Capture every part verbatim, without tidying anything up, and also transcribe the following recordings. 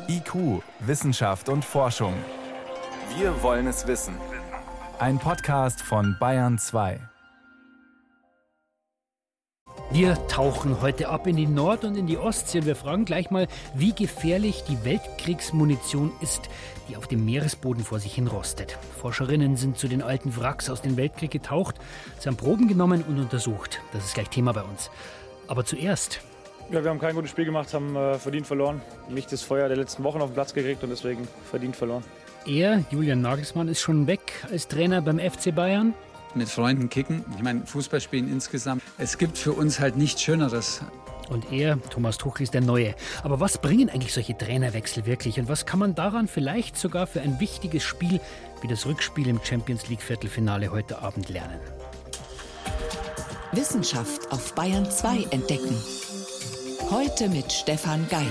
I Q, Wissenschaft und Forschung. Wir wollen es wissen. Ein Podcast von Bayern zwei. Wir tauchen heute ab in die Nord- und in die Ostsee und wir fragen gleich mal, wie gefährlich die Weltkriegsmunition ist, die auf dem Meeresboden vor sich hin rostet. Forscherinnen sind zu den alten Wracks aus dem Weltkrieg getaucht, sie haben Proben genommen und untersucht. Das ist gleich Thema bei uns. Aber zuerst... Ja, wir haben kein gutes Spiel gemacht, haben äh, verdient verloren. Nicht das Feuer der letzten Wochen auf den Platz gekriegt und deswegen verdient verloren. Er, Julian Nagelsmann, ist schon weg als Trainer beim F C Bayern. Mit Freunden kicken, ich meine Fußballspielen insgesamt. Es gibt für uns halt nichts Schöneres. Und er, Thomas Tuchel, ist der Neue. Aber was bringen eigentlich solche Trainerwechsel wirklich? Und was kann man daran vielleicht sogar für ein wichtiges Spiel wie das Rückspiel im Champions League Viertelfinale heute Abend lernen? Wissenschaft auf Bayern zwei entdecken. Heute mit Stefan Geier.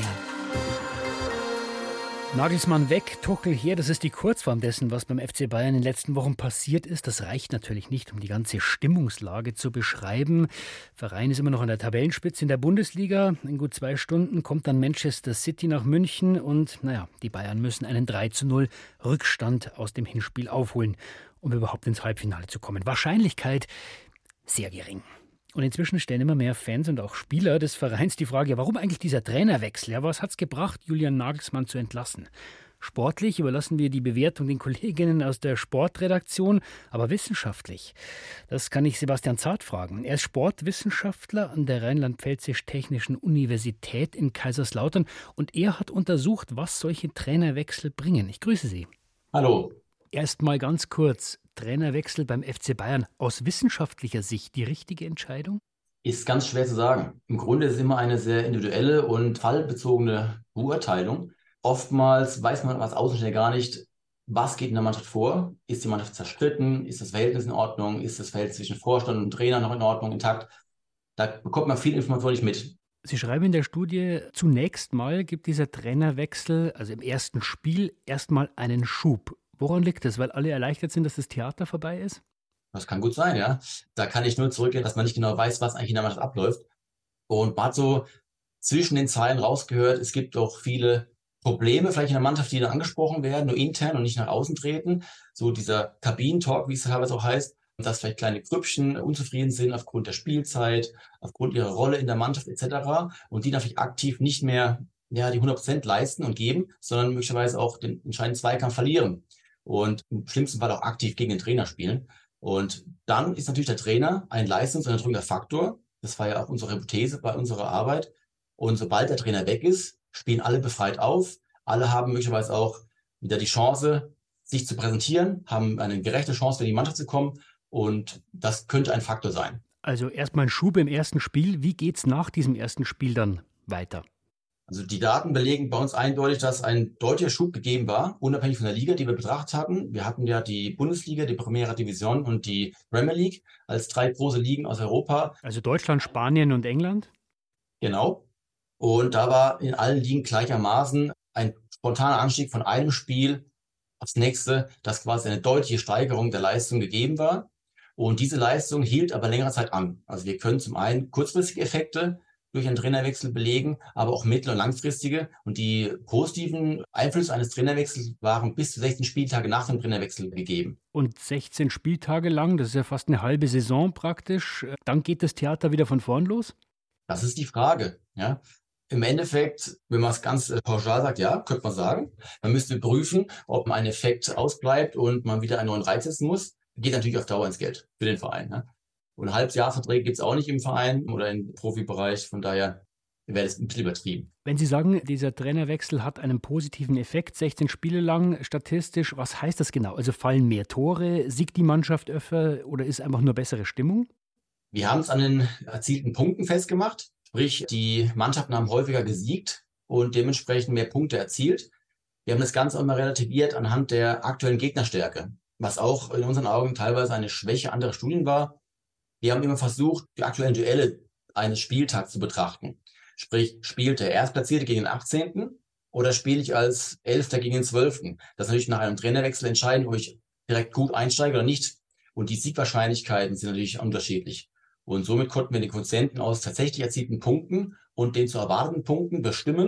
Nagelsmann weg, Tuchel her, das ist die Kurzform dessen, was beim F C Bayern in den letzten Wochen passiert ist. Das reicht natürlich nicht, um die ganze Stimmungslage zu beschreiben. Der Verein ist immer noch an der Tabellenspitze in der Bundesliga. In gut zwei Stunden kommt dann Manchester City nach München und naja, die Bayern müssen einen drei zu null Rückstand aus dem Hinspiel aufholen, um überhaupt ins Halbfinale zu kommen. Wahrscheinlichkeit sehr gering. Und inzwischen stellen immer mehr Fans und auch Spieler des Vereins die Frage, ja, warum eigentlich dieser Trainerwechsel? Ja, was hat es gebracht, Julian Nagelsmann zu entlassen? Sportlich überlassen wir die Bewertung den Kolleginnen aus der Sportredaktion, aber wissenschaftlich, das kann ich Sebastian Zart fragen. Er ist Sportwissenschaftler an der Rheinland-Pfälzisch-Technischen Universität in Kaiserslautern und er hat untersucht, was solche Trainerwechsel bringen. Ich grüße Sie. Hallo. Erst mal ganz kurz, Trainerwechsel beim F C Bayern aus wissenschaftlicher Sicht die richtige Entscheidung? Ist ganz schwer zu sagen. Im Grunde ist es immer eine sehr individuelle und fallbezogene Beurteilung. Oftmals weiß man als Außenstehender gar nicht, was geht in der Mannschaft vor. Ist die Mannschaft zerstritten? Ist das Verhältnis in Ordnung? Ist das Verhältnis zwischen Vorstand und Trainer noch in Ordnung, intakt? Da bekommt man viel Information nicht mit. Sie schreiben in der Studie, zunächst mal gibt dieser Trainerwechsel, also im ersten Spiel, erstmal einen Schub. Woran liegt das? Weil alle erleichtert sind, dass das Theater vorbei ist? Das kann gut sein, ja. Da kann ich nur zurückgehen, dass man nicht genau weiß, was eigentlich in der Mannschaft abläuft. Und man hat so zwischen den Zeilen rausgehört, es gibt auch viele Probleme vielleicht in der Mannschaft, die dann angesprochen werden, nur intern und nicht nach außen treten. So dieser Kabinentalk, wie es teilweise auch heißt, dass vielleicht kleine Grüppchen unzufrieden sind aufgrund der Spielzeit, aufgrund ihrer Rolle in der Mannschaft et cetera. Und die natürlich aktiv nicht mehr ja, die hundert Prozent leisten und geben, sondern möglicherweise auch den entscheidenden Zweikampf verlieren. Und im schlimmsten Fall auch aktiv gegen den Trainer spielen. Und dann ist natürlich der Trainer ein leistungsunterdrückender Faktor. Das war ja auch unsere Hypothese bei unserer Arbeit. Und sobald der Trainer weg ist, spielen alle befreit auf. Alle haben möglicherweise auch wieder die Chance, sich zu präsentieren, haben eine gerechte Chance, für die Mannschaft zu kommen. Und das könnte ein Faktor sein. Also erstmal ein Schub im ersten Spiel. Wie geht's nach diesem ersten Spiel dann weiter? Also die Daten belegen bei uns eindeutig, dass ein deutlicher Schub gegeben war, unabhängig von der Liga, die wir betrachtet hatten. Wir hatten ja die Bundesliga, die Primera Division und die Premier League als drei große Ligen aus Europa. Also Deutschland, Spanien und England? Genau. Und da war in allen Ligen gleichermaßen ein spontaner Anstieg von einem Spiel aufs nächste, dass quasi eine deutliche Steigerung der Leistung gegeben war. Und diese Leistung hielt aber längere Zeit an. Also wir können zum einen kurzfristige Effekte durch einen Trainerwechsel belegen, aber auch mittel- und langfristige. Und die positiven Einflüsse eines Trainerwechsels waren bis zu sechzehn Spieltage nach dem Trainerwechsel gegeben. Und sechzehn Spieltage lang, das ist ja fast eine halbe Saison praktisch. Dann geht das Theater wieder von vorn los? Das ist die Frage. Ja. Im Endeffekt, wenn man es ganz pauschal sagt, ja, könnte man sagen. Man müsste prüfen, ob ein Effekt ausbleibt und man wieder einen neuen Reiz setzen muss. Geht natürlich auf Dauer ins Geld für den Verein. Ja. Und Halbjahresverträge gibt es auch nicht im Verein oder im Profibereich. Von daher wäre das ein bisschen übertrieben. Wenn Sie sagen, dieser Trainerwechsel hat einen positiven Effekt, sechzehn Spiele lang statistisch, was heißt das genau? Also fallen mehr Tore, siegt die Mannschaft öfter oder ist einfach nur bessere Stimmung? Wir haben es an den erzielten Punkten festgemacht. Sprich, die Mannschaften haben häufiger gesiegt und dementsprechend mehr Punkte erzielt. Wir haben das Ganze auch mal relativiert anhand der aktuellen Gegnerstärke, was auch in unseren Augen teilweise eine Schwäche anderer Studien war. Wir haben immer versucht, die aktuellen Duelle eines Spieltags zu betrachten. Sprich, spielt der Erstplatzierte gegen den achtzehnten oder spiele ich als Elfter gegen den zwölften? Das ist natürlich nach einem Trainerwechsel entscheidend, ob ich direkt gut einsteige oder nicht. Und die Siegwahrscheinlichkeiten sind natürlich unterschiedlich. Und somit konnten wir den Quotienten aus tatsächlich erzielten Punkten und den zu erwartenden Punkten bestimmen,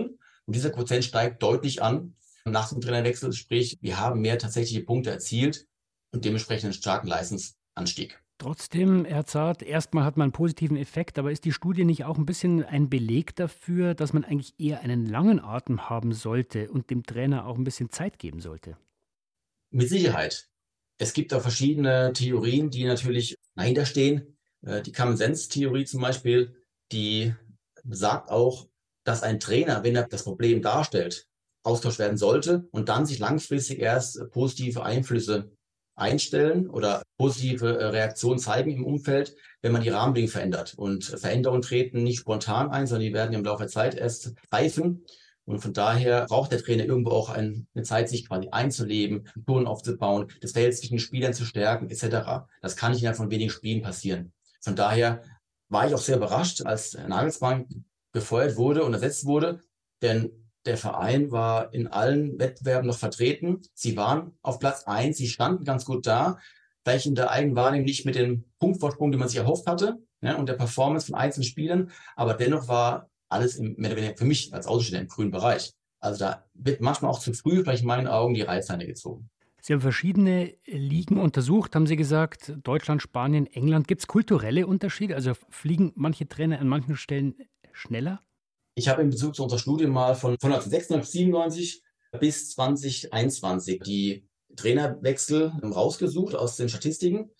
Und dieser Quotient steigt deutlich an nach dem Trainerwechsel. Sprich, wir haben mehr tatsächliche Punkte erzielt und dementsprechend einen starken Leistungsanstieg. Trotzdem, Herr Zart, erstmal hat man einen positiven Effekt, aber ist die Studie nicht auch ein bisschen ein Beleg dafür, dass man eigentlich eher einen langen Atem haben sollte und dem Trainer auch ein bisschen Zeit geben sollte? Mit Sicherheit. Es gibt auch verschiedene Theorien, die natürlich dahinter stehen. Die Common-Sense-Theorie zum Beispiel, die sagt auch, dass ein Trainer, wenn er das Problem darstellt, austauscht werden sollte und dann sich langfristig erst positive Einflüsse einstellen oder positive Reaktionen zeigen im Umfeld, wenn man die Rahmenbedingungen verändert. Und Veränderungen treten nicht spontan ein, sondern die werden im Laufe der Zeit erst reifen. Und von daher braucht der Trainer irgendwo auch eine Zeit, sich quasi einzuleben, Touren aufzubauen, das Feld zwischen den Spielern zu stärken, et cetera. Das kann nicht innerhalb von wenigen Spielen passieren. Von daher war ich auch sehr überrascht, als Nagelsmann befeuert wurde und ersetzt wurde, denn der Verein war in allen Wettbewerben noch vertreten. Sie waren auf Platz eins, sie standen ganz gut da, vielleicht in der Eigenwahrnehmung nicht mit dem Punktvorsprung, den man sich erhofft hatte, ja, und der Performance von einzelnen Spielern, aber dennoch war alles im, mehr oder weniger für mich als Außenstehender im grünen Bereich. Also da wird manchmal auch zu früh, vielleicht in meinen Augen, die Reißleine gezogen. Sie haben verschiedene Ligen untersucht, haben Sie gesagt, Deutschland, Spanien, England. Gibt es kulturelle Unterschiede? Also fliegen manche Trainer an manchen Stellen schneller? Ich habe in Bezug zu unserer Studie mal von, von neunzehnhundertsechsundneunzig, siebenundneunzig bis zwanzig einundzwanzig die Trainerwechsel rausgesucht aus den Statistiken.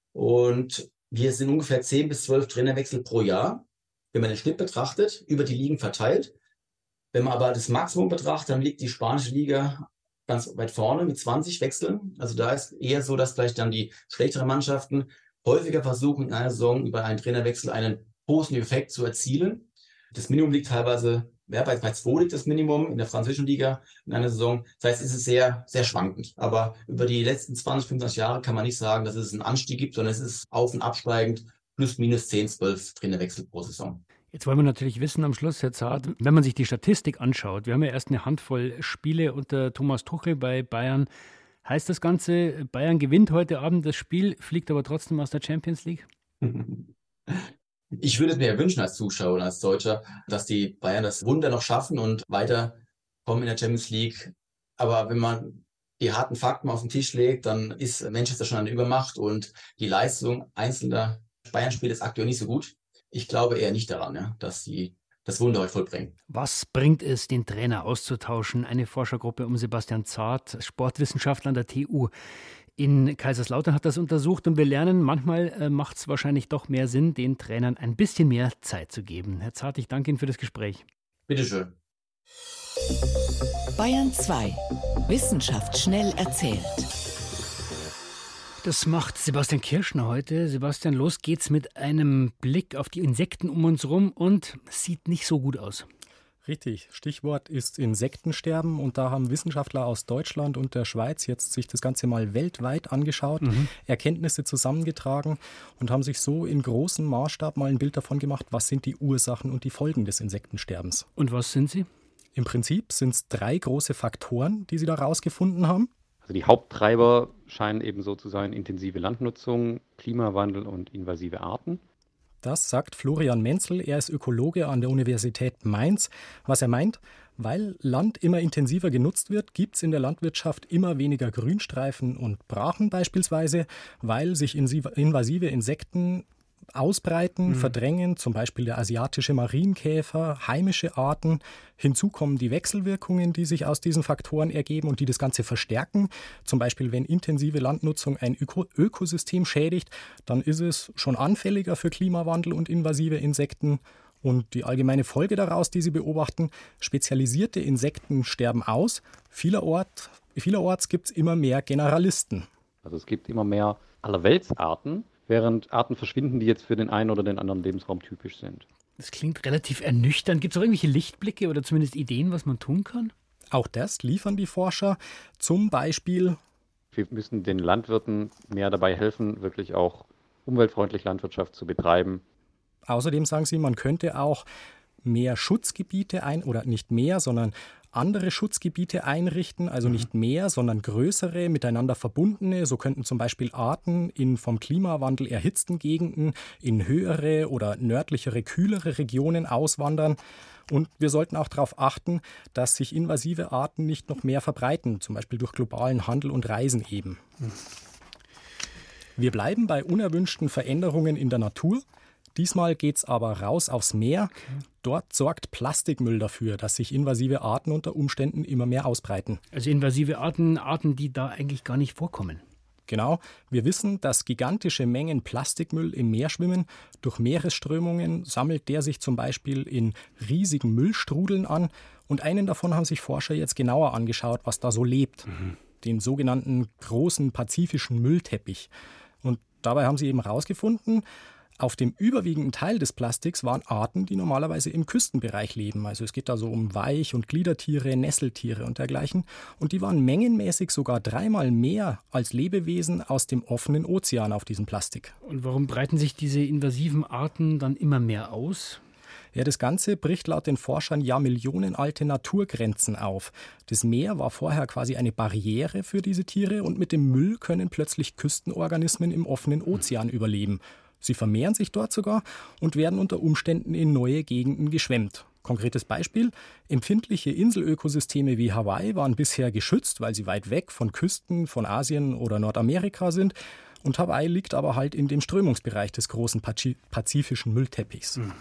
Und wir sind ungefähr zehn bis zwölf Trainerwechsel pro Jahr, wenn man den Schnitt betrachtet, über die Ligen verteilt. Wenn man aber das Maximum betrachtet, dann liegt die spanische Liga ganz weit vorne mit zwanzig Wechseln. Also da ist eher so, dass vielleicht dann die schlechteren Mannschaften häufiger versuchen, in einer Saison über einen Trainerwechsel einen positiven Effekt zu erzielen. Das Minimum liegt teilweise, ja, bei, bei zwei liegt das Minimum in der französischen Liga in einer Saison. Das heißt, es ist sehr, sehr schwankend. Aber über die letzten zwanzig, fünfundzwanzig Jahre kann man nicht sagen, dass es einen Anstieg gibt, sondern es ist auf- und absteigend plus minus zehn, zwölf Trainerwechsel pro Saison. Jetzt wollen wir natürlich wissen am Schluss, Herr Zart, wenn man sich die Statistik anschaut, wir haben ja erst eine Handvoll Spiele unter Thomas Tuchel bei Bayern. Heißt das Ganze, Bayern gewinnt heute Abend das Spiel, fliegt aber trotzdem aus der Champions League? Ich würde es mir ja wünschen als Zuschauer und als Deutscher, dass die Bayern das Wunder noch schaffen und weiterkommen in der Champions League. Aber wenn man die harten Fakten auf den Tisch legt, dann ist Manchester schon eine Übermacht und die Leistung einzelner Bayern-Spieler ist aktuell nicht so gut. Ich glaube eher nicht daran, ja, dass sie das Wunder heute vollbringen. Was bringt es, den Trainer auszutauschen? Eine Forschergruppe um Sebastian Zart, Sportwissenschaftler an der T U in Kaiserslautern, hat das untersucht und wir lernen, manchmal äh, macht es wahrscheinlich doch mehr Sinn, den Trainern ein bisschen mehr Zeit zu geben. Herr Zart, ich danke Ihnen für das Gespräch. Bitteschön. Bayern zwei. Wissenschaft schnell erzählt. Das macht Sebastian Kirschner heute. Sebastian, los geht's mit einem Blick auf die Insekten um uns rum und sieht nicht so gut aus. Richtig, Stichwort ist Insektensterben und da haben Wissenschaftler aus Deutschland und der Schweiz jetzt sich das Ganze mal weltweit angeschaut, mhm. Erkenntnisse zusammengetragen und haben sich so in großem Maßstab mal ein Bild davon gemacht, was sind die Ursachen und die Folgen des Insektensterbens. Und was sind sie? Im Prinzip sind es drei große Faktoren, die sie da rausgefunden haben. Also die Haupttreiber scheinen eben so zu sein: intensive Landnutzung, Klimawandel und invasive Arten. Das sagt Florian Menzel, er ist Ökologe an der Universität Mainz. Was er meint, weil Land immer intensiver genutzt wird, gibt es in der Landwirtschaft immer weniger Grünstreifen und Brachen beispielsweise, weil sich invasive Insekten ausbreiten, mhm. verdrängen, zum Beispiel der asiatische Marienkäfer, heimische Arten. Hinzu kommen die Wechselwirkungen, die sich aus diesen Faktoren ergeben und die das Ganze verstärken. Zum Beispiel, wenn intensive Landnutzung ein Öko- Ökosystem schädigt, dann ist es schon anfälliger für Klimawandel und invasive Insekten. Und die allgemeine Folge daraus, die sie beobachten: spezialisierte Insekten sterben aus. Vielerorts, vielerorts gibt es immer mehr Generalisten. Also es gibt immer mehr Allerweltsarten, während Arten verschwinden, die jetzt für den einen oder den anderen Lebensraum typisch sind. Das klingt relativ ernüchternd. Gibt es auch irgendwelche Lichtblicke oder zumindest Ideen, was man tun kann? Auch das liefern die Forscher. Zum Beispiel: wir müssen den Landwirten mehr dabei helfen, wirklich auch umweltfreundlich Landwirtschaft zu betreiben. Außerdem sagen sie, man könnte auch mehr Schutzgebiete ein, oder nicht mehr, sondern andere Schutzgebiete einrichten, also nicht mehr, sondern größere, miteinander verbundene. So könnten zum Beispiel Arten in vom Klimawandel erhitzten Gegenden in höhere oder nördlichere, kühlere Regionen auswandern. Und wir sollten auch darauf achten, dass sich invasive Arten nicht noch mehr verbreiten, zum Beispiel durch globalen Handel und Reisen eben. Wir bleiben bei unerwünschten Veränderungen in der Natur. Diesmal geht es aber raus aufs Meer. Okay. Dort sorgt Plastikmüll dafür, dass sich invasive Arten unter Umständen immer mehr ausbreiten. Also invasive Arten, Arten, die da eigentlich gar nicht vorkommen. Genau. Wir wissen, dass gigantische Mengen Plastikmüll im Meer schwimmen. Durch Meeresströmungen sammelt der sich zum Beispiel in riesigen Müllstrudeln an. Und einen davon haben sich Forscher jetzt genauer angeschaut, was da so lebt. Mhm. Den sogenannten großen pazifischen Müllteppich. Und dabei haben sie eben herausgefunden, auf dem überwiegenden Teil des Plastiks waren Arten, die normalerweise im Küstenbereich leben. Also es geht da so um Weich- und Gliedertiere, Nesseltiere und dergleichen. Und die waren mengenmäßig sogar dreimal mehr als Lebewesen aus dem offenen Ozean auf diesem Plastik. Und warum breiten sich diese invasiven Arten dann immer mehr aus? Ja, das Ganze bricht laut den Forschern jahrmillionenalte Naturgrenzen auf. Das Meer war vorher quasi eine Barriere für diese Tiere und mit dem Müll können plötzlich Küstenorganismen im offenen Ozean überleben. Sie vermehren sich dort sogar und werden unter Umständen in neue Gegenden geschwemmt. Konkretes Beispiel: Empfindliche Inselökosysteme wie Hawaii waren bisher geschützt, weil sie weit weg von Küsten von Asien oder Nordamerika sind. Und Hawaii liegt aber halt in dem Strömungsbereich des großen pazifischen Müllteppichs. Mhm.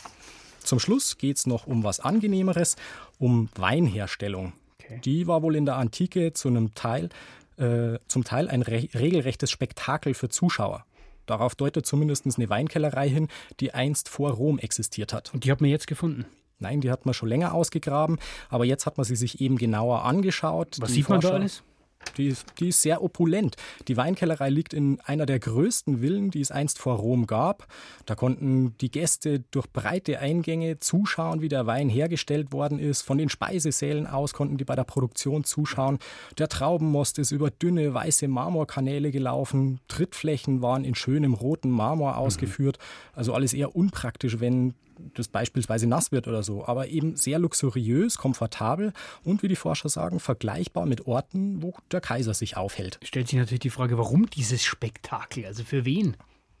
Zum Schluss geht es noch um was Angenehmeres, um Weinherstellung. Okay. Die war wohl in der Antike zu einem Teil, äh, zum Teil ein re- regelrechtes Spektakel für Zuschauer. Darauf deutet zumindest eine Weinkellerei hin, die einst vor Rom existiert hat. Und die hat man jetzt gefunden? Nein, die hat man schon länger ausgegraben, aber jetzt hat man sie sich eben genauer angeschaut. Was sieht man da alles? Die ist, die ist sehr opulent. Die Weinkellerei liegt in einer der größten Villen, die es einst vor Rom gab. Da konnten die Gäste durch breite Eingänge zuschauen, wie der Wein hergestellt worden ist. Von den Speisesälen aus konnten die bei der Produktion zuschauen. Der Traubenmost ist über dünne, weiße Marmorkanäle gelaufen. Trittflächen waren in schönem roten Marmor ausgeführt. Also alles eher unpraktisch, wenn das beispielsweise nass wird oder so, aber eben sehr luxuriös, komfortabel und, wie die Forscher sagen, vergleichbar mit Orten, wo der Kaiser sich aufhält. Stellt sich natürlich die Frage, warum dieses Spektakel, also für wen?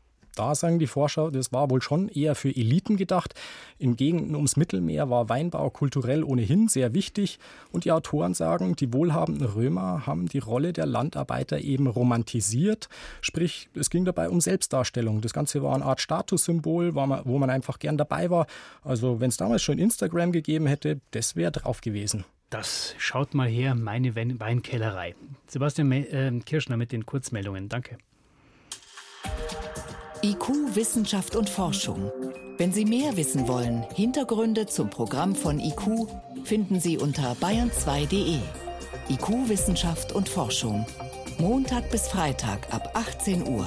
Da sagen die Forscher, das war wohl schon eher für Eliten gedacht. In Gegenden ums Mittelmeer war Weinbau kulturell ohnehin sehr wichtig. Und die Autoren sagen, die wohlhabenden Römer haben die Rolle der Landarbeiter eben romantisiert. Sprich, es ging dabei um Selbstdarstellung. Das Ganze war eine Art Statussymbol, wo man, wo man einfach gern dabei war. Also wenn es damals schon Instagram gegeben hätte, das wäre drauf gewesen. Das schaut mal her, meine Weinkellerei. Sebastian äh, Kirschner mit den Kurzmeldungen. Danke. I Q, Wissenschaft und Forschung. Wenn Sie mehr wissen wollen, Hintergründe zum Programm von I Q finden Sie unter bayern zwei punkt de. I Q, Wissenschaft und Forschung. Montag bis Freitag ab achtzehn Uhr.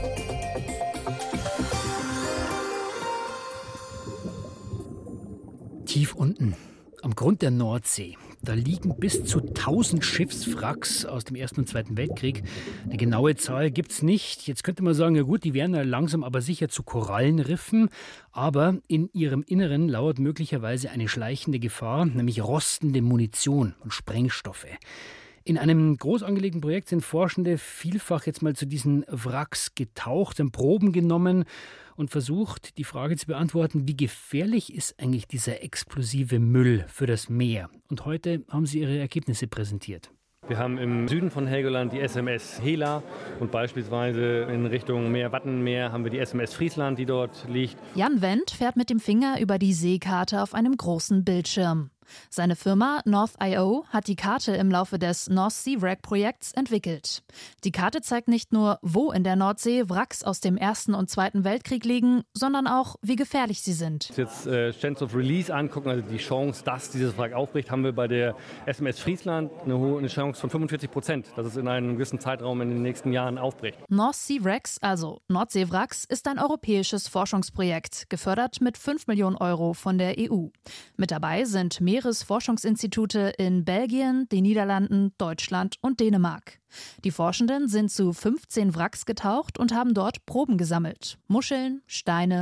Tief unten, am Grund der Nordsee. Da liegen bis zu tausend Schiffswracks aus dem Ersten und Zweiten Weltkrieg. Eine genaue Zahl gibt es nicht. Jetzt könnte man sagen, ja gut, die werden ja langsam aber sicher zu Korallenriffen. Aber in ihrem Inneren lauert möglicherweise eine schleichende Gefahr, nämlich rostende Munition und Sprengstoffe. In einem groß angelegten Projekt sind Forschende vielfach jetzt mal zu diesen Wracks getaucht, haben Proben genommen und versucht, die Frage zu beantworten, wie gefährlich ist eigentlich dieser explosive Müll für das Meer? Und heute haben sie ihre Ergebnisse präsentiert. Wir haben im Süden von Helgoland die S M S Hela und beispielsweise in Richtung Meer Wattenmeer haben wir die S M S Friesland, die dort liegt. Jan Wendt fährt mit dem Finger über die Seekarte auf einem großen Bildschirm. Seine Firma North Punkt i o hat die Karte im Laufe des North Sea Wrack-Projekts entwickelt. Die Karte zeigt nicht nur, wo in der Nordsee Wracks aus dem Ersten und Zweiten Weltkrieg liegen, sondern auch, wie gefährlich sie sind. Jetzt äh, Chance of Release angucken, also die Chance, dass dieses Wrack aufbricht, haben wir bei der S M S Friesland eine, hohe, eine Chance von fünfundvierzig Prozent, dass es in einem gewissen Zeitraum in den nächsten Jahren aufbricht. North Sea Wracks, also Nordseewracks, ist ein europäisches Forschungsprojekt, gefördert mit fünf Millionen Euro von der E U. Mit dabei sind mehr Meeresforschungsinstitute in Belgien, den Niederlanden, Deutschland und Dänemark. Die Forschenden sind zu fünfzehn Wracks getaucht und haben dort Proben gesammelt. Muscheln, Steine,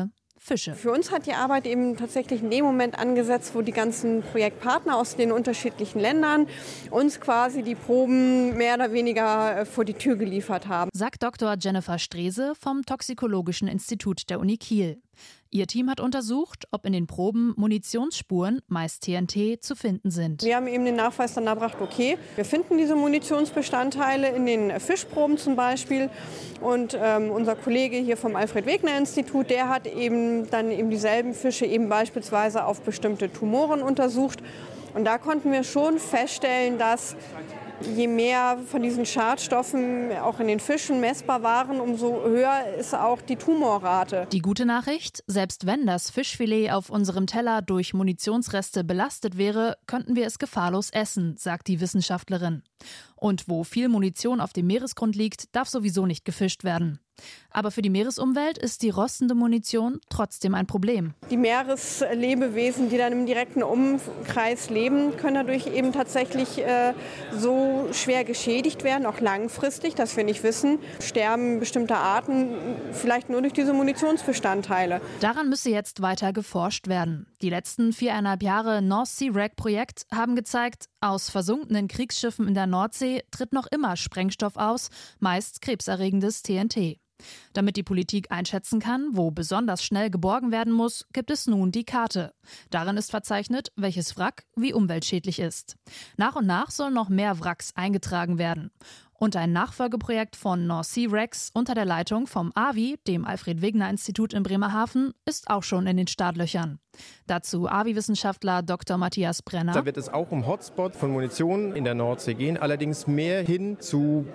Fische. Für uns hat die Arbeit eben tatsächlich in dem Moment angesetzt, wo die ganzen Projektpartner aus den unterschiedlichen Ländern uns quasi die Proben mehr oder weniger vor die Tür geliefert haben. Sagt Doktor Jennifer Strese vom Toxikologischen Institut der Uni Kiel. Ihr Team hat untersucht, ob in den Proben Munitionsspuren, meist T N T, zu finden sind. Wir haben eben den Nachweis dann erbracht, okay, wir finden diese Munitionsbestandteile in den Fischproben zum Beispiel. Und ähm, unser Kollege hier vom Alfred-Wegener-Institut, der hat eben dann eben dieselben Fische eben beispielsweise auf bestimmte Tumoren untersucht. Und da konnten wir schon feststellen, dass je mehr von diesen Schadstoffen auch in den Fischen messbar waren, umso höher ist auch die Tumorrate. Die gute Nachricht, selbst wenn das Fischfilet auf unserem Teller durch Munitionsreste belastet wäre, könnten wir es gefahrlos essen, sagt die Wissenschaftlerin. Und wo viel Munition auf dem Meeresgrund liegt, darf sowieso nicht gefischt werden. Aber für die Meeresumwelt ist die rostende Munition trotzdem ein Problem. Die Meereslebewesen, die dann im direkten Umkreis leben, können dadurch eben tatsächlich äh, so schwer geschädigt werden, auch langfristig, dass wir nicht wissen, sterben bestimmte Arten vielleicht nur durch diese Munitionsbestandteile. Daran müsse jetzt weiter geforscht werden. Die letzten viereinhalb Jahre North Sea Wreck Projekt haben gezeigt, aus versunkenen Kriegsschiffen in der Nordsee tritt noch immer Sprengstoff aus, meist krebserregendes T N T. Damit die Politik einschätzen kann, wo besonders schnell geborgen werden muss, gibt es nun die Karte. Darin ist verzeichnet, welches Wrack wie umweltschädlich ist. Nach und nach sollen noch mehr Wracks eingetragen werden. Und ein Nachfolgeprojekt von North Sea Wrecks unter der Leitung vom A V I, dem Alfred-Wegener-Institut in Bremerhaven, ist auch schon in den Startlöchern. Dazu A V I-Wissenschaftler Doktor Matthias Brenner. Da wird es auch um Hotspot von Munition in der Nordsee gehen, allerdings mehr hin zu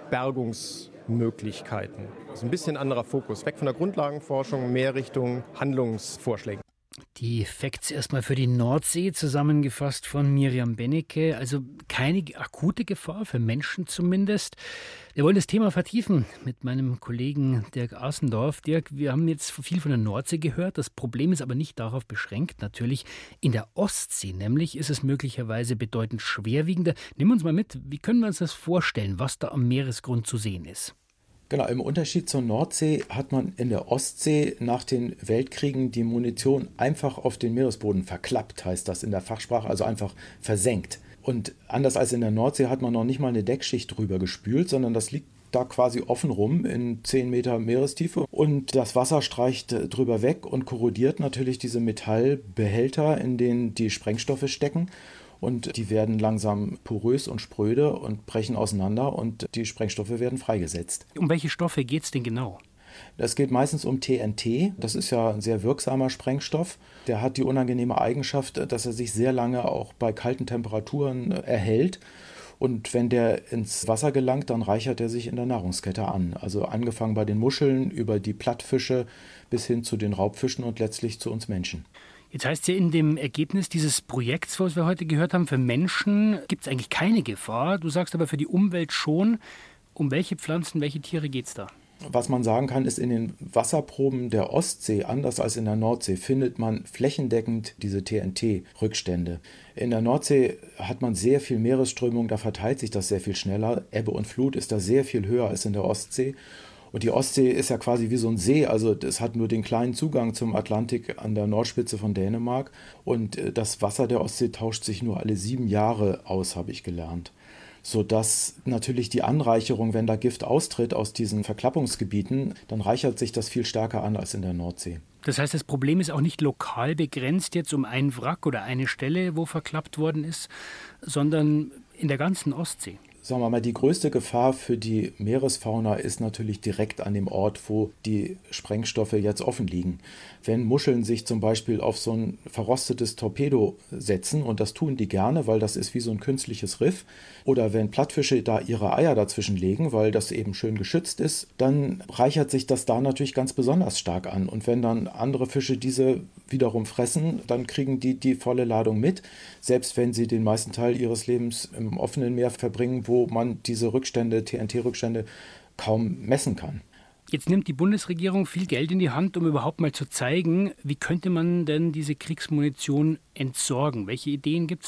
Bergungsmöglichkeiten. Das ist ein bisschen anderer Fokus. Weg von der Grundlagenforschung, mehr Richtung Handlungsvorschlägen. Die Facts erstmal für die Nordsee, zusammengefasst von Miriam Bennecke. Also keine akute Gefahr für Menschen zumindest. Wir wollen das Thema vertiefen mit meinem Kollegen Dirk Asendorf. Dirk, wir haben jetzt viel von der Nordsee gehört. Das Problem ist aber nicht darauf beschränkt. Natürlich in der Ostsee, nämlich ist es möglicherweise bedeutend schwerwiegender. Nimm uns mal mit, wie können wir uns das vorstellen, was da am Meeresgrund zu sehen ist? Genau, im Unterschied zur Nordsee hat man in der Ostsee nach den Weltkriegen die Munition einfach auf den Meeresboden verklappt, heißt das in der Fachsprache, also einfach versenkt. Und anders als in der Nordsee hat man noch nicht mal eine Deckschicht drüber gespült, sondern das liegt da quasi offen rum in zehn Meter Meerestiefe und das Wasser streicht drüber weg und korrodiert natürlich diese Metallbehälter, in denen die Sprengstoffe stecken. Und die werden langsam porös und spröde und brechen auseinander und die Sprengstoffe werden freigesetzt. Um welche Stoffe geht es denn genau? Es geht meistens um T N T. Das ist ja ein sehr wirksamer Sprengstoff. Der hat die unangenehme Eigenschaft, dass er sich sehr lange auch bei kalten Temperaturen erhält. Und wenn der ins Wasser gelangt, dann reichert er sich in der Nahrungskette an. Also angefangen bei den Muscheln, über die Plattfische bis hin zu den Raubfischen und letztlich zu uns Menschen. Jetzt heißt es ja in dem Ergebnis dieses Projekts, was wir heute gehört haben, für Menschen gibt es eigentlich keine Gefahr. Du sagst aber für die Umwelt schon. Um welche Pflanzen, welche Tiere geht es da? Was man sagen kann, ist, in den Wasserproben der Ostsee, anders als in der Nordsee, findet man flächendeckend diese T N T-Rückstände. In der Nordsee hat man sehr viel Meeresströmung, da verteilt sich das sehr viel schneller. Ebbe und Flut ist da sehr viel höher als in der Ostsee. Und die Ostsee ist ja quasi wie so ein See, also es hat nur den kleinen Zugang zum Atlantik an der Nordspitze von Dänemark. Und das Wasser der Ostsee tauscht sich nur alle sieben Jahre aus, habe ich gelernt. Sodass natürlich die Anreicherung, wenn da Gift austritt aus diesen Verklappungsgebieten, dann reichert sich das viel stärker an als in der Nordsee. Das heißt, das Problem ist auch nicht lokal begrenzt jetzt um einen Wrack oder eine Stelle, wo verklappt worden ist, sondern in der ganzen Ostsee. Sagen wir mal, die größte Gefahr für die Meeresfauna ist natürlich direkt an dem Ort, wo die Sprengstoffe jetzt offen liegen. Wenn Muscheln sich zum Beispiel auf so ein verrostetes Torpedo setzen, und das tun die gerne, weil das ist wie so ein künstliches Riff, oder wenn Plattfische da ihre Eier dazwischen legen, weil das eben schön geschützt ist, dann reichert sich das da natürlich ganz besonders stark an. Und wenn dann andere Fische diese wiederum fressen, dann kriegen die die volle Ladung mit, selbst wenn sie den meisten Teil ihres Lebens im offenen Meer verbringen, wo man diese Rückstände, T N T-Rückstände kaum messen kann. Jetzt nimmt die Bundesregierung viel Geld in die Hand, um überhaupt mal zu zeigen, wie könnte man denn diese Kriegsmunition entsorgen? Welche Ideen gibt es da?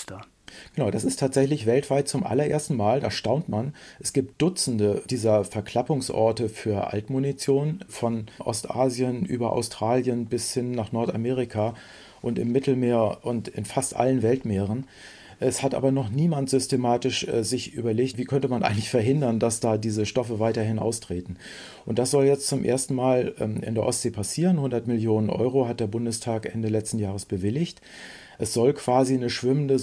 Genau, das ist tatsächlich weltweit zum allerersten Mal, da staunt man. Es gibt Dutzende dieser Verklappungsorte für Altmunition, von Ostasien über Australien bis hin nach Nordamerika und im Mittelmeer und in fast allen Weltmeeren. Es hat aber noch niemand systematisch äh, sich überlegt, wie könnte man eigentlich verhindern, dass da diese Stoffe weiterhin austreten. Und das soll jetzt zum ersten Mal ähm, in der Ostsee passieren. hundert Millionen Euro hat der Bundestag Ende letzten Jahres bewilligt. Es soll quasi eine schwimmende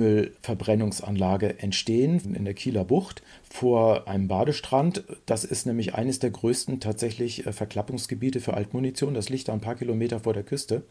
Sondermüllverbrennungsanlage entstehen in der Kieler Bucht vor einem Badestrand. Das ist nämlich eines der größten tatsächlich äh, Verklappungsgebiete für Altmunition. Das liegt da ein paar Kilometer vor der Küste.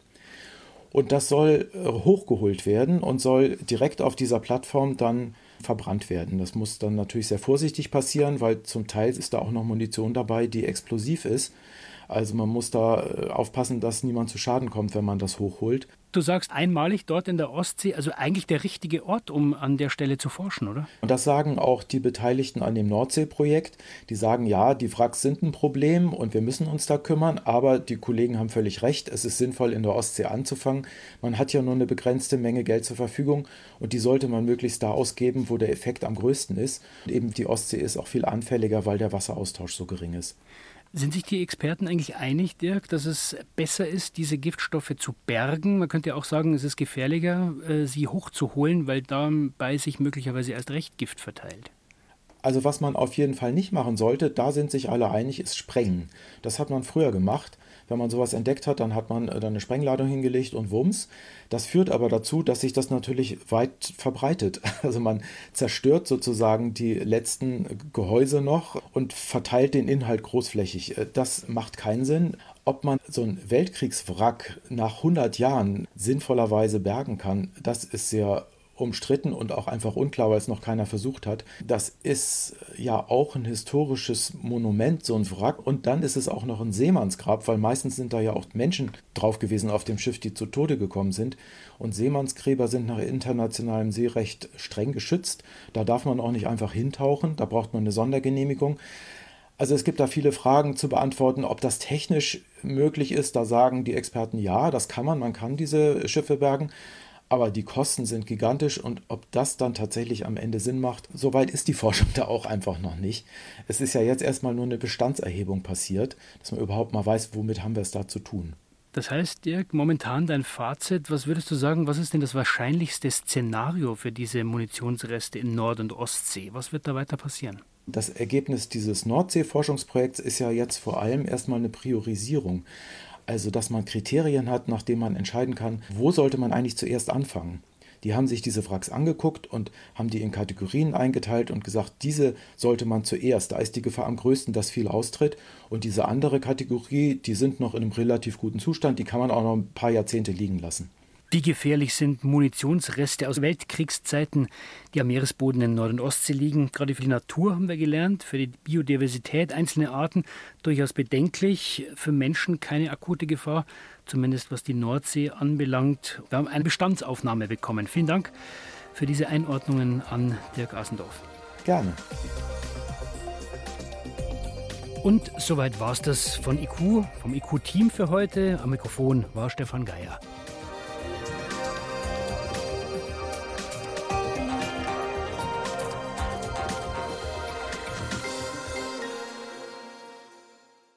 Und das soll hochgeholt werden und soll direkt auf dieser Plattform dann verbrannt werden. Das muss dann natürlich sehr vorsichtig passieren, weil zum Teil ist da auch noch Munition dabei, die explosiv ist. Also man muss da aufpassen, dass niemand zu Schaden kommt, wenn man das hochholt. Du sagst einmalig dort in der Ostsee, also eigentlich der richtige Ort, um an der Stelle zu forschen, oder? Und das sagen auch die Beteiligten an dem Nordsee-Projekt. Die sagen, ja, die Wracks sind ein Problem und wir müssen uns da kümmern, aber die Kollegen haben völlig recht, es ist sinnvoll, in der Ostsee anzufangen. Man hat ja nur eine begrenzte Menge Geld zur Verfügung und die sollte man möglichst da ausgeben, wo der Effekt am größten ist. Und eben die Ostsee ist auch viel anfälliger, weil der Wasseraustausch so gering ist. Sind sich die Experten eigentlich einig, Dirk, dass es besser ist, diese Giftstoffe zu bergen? Man könnte ja auch sagen, es ist gefährlicher, sie hochzuholen, weil dabei sich möglicherweise erst recht Gift verteilt. Also was man auf jeden Fall nicht machen sollte, da sind sich alle einig, ist sprengen. Das hat man früher gemacht. Wenn man sowas entdeckt hat, dann hat man dann eine Sprengladung hingelegt und Wumms. Das führt aber dazu, dass sich das natürlich weit verbreitet. Also man zerstört sozusagen die letzten Gehäuse noch und verteilt den Inhalt großflächig. Das macht keinen Sinn. Ob man so ein Weltkriegswrack nach hundert Jahren sinnvollerweise bergen kann, das ist sehr umstritten und auch einfach unklar, weil es noch keiner versucht hat. Das ist ja auch ein historisches Monument, so ein Wrack. Und dann ist es auch noch ein Seemannsgrab, weil meistens sind da ja auch Menschen drauf gewesen auf dem Schiff, die zu Tode gekommen sind. Und Seemannsgräber sind nach internationalem Seerecht streng geschützt. Da darf man auch nicht einfach hintauchen, da braucht man eine Sondergenehmigung. Also es gibt da viele Fragen zu beantworten, ob das technisch möglich ist. Da sagen die Experten, ja, das kann man, man kann diese Schiffe bergen. Aber die Kosten sind gigantisch und ob das dann tatsächlich am Ende Sinn macht, soweit ist die Forschung da auch einfach noch nicht. Es ist ja jetzt erstmal nur eine Bestandserhebung passiert, dass man überhaupt mal weiß, womit haben wir es da zu tun. Das heißt, Dirk, momentan dein Fazit, was würdest du sagen, was ist denn das wahrscheinlichste Szenario für diese Munitionsreste in Nord- und Ostsee? Was wird da weiter passieren? Das Ergebnis dieses Nordsee-Forschungsprojekts ist ja jetzt vor allem erstmal eine Priorisierung. Also, dass man Kriterien hat, nach denen man entscheiden kann, wo sollte man eigentlich zuerst anfangen. Die haben sich diese Wracks angeguckt und haben die in Kategorien eingeteilt und gesagt, diese sollte man zuerst. Da ist die Gefahr am größten, dass viel austritt. Und diese andere Kategorie, die sind noch in einem relativ guten Zustand, die kann man auch noch ein paar Jahrzehnte liegen lassen. Wie gefährlich sind Munitionsreste aus Weltkriegszeiten, die am Meeresboden in Nord- und Ostsee liegen? Gerade für die Natur haben wir gelernt, für die Biodiversität einzelne Arten durchaus bedenklich, für Menschen keine akute Gefahr, zumindest was die Nordsee anbelangt. Wir haben eine Bestandsaufnahme bekommen. Vielen Dank für diese Einordnungen an Dirk Asendorf. Gerne. Und soweit war es das von I Q, vom I Q-Team für heute. Am Mikrofon war Stefan Geier.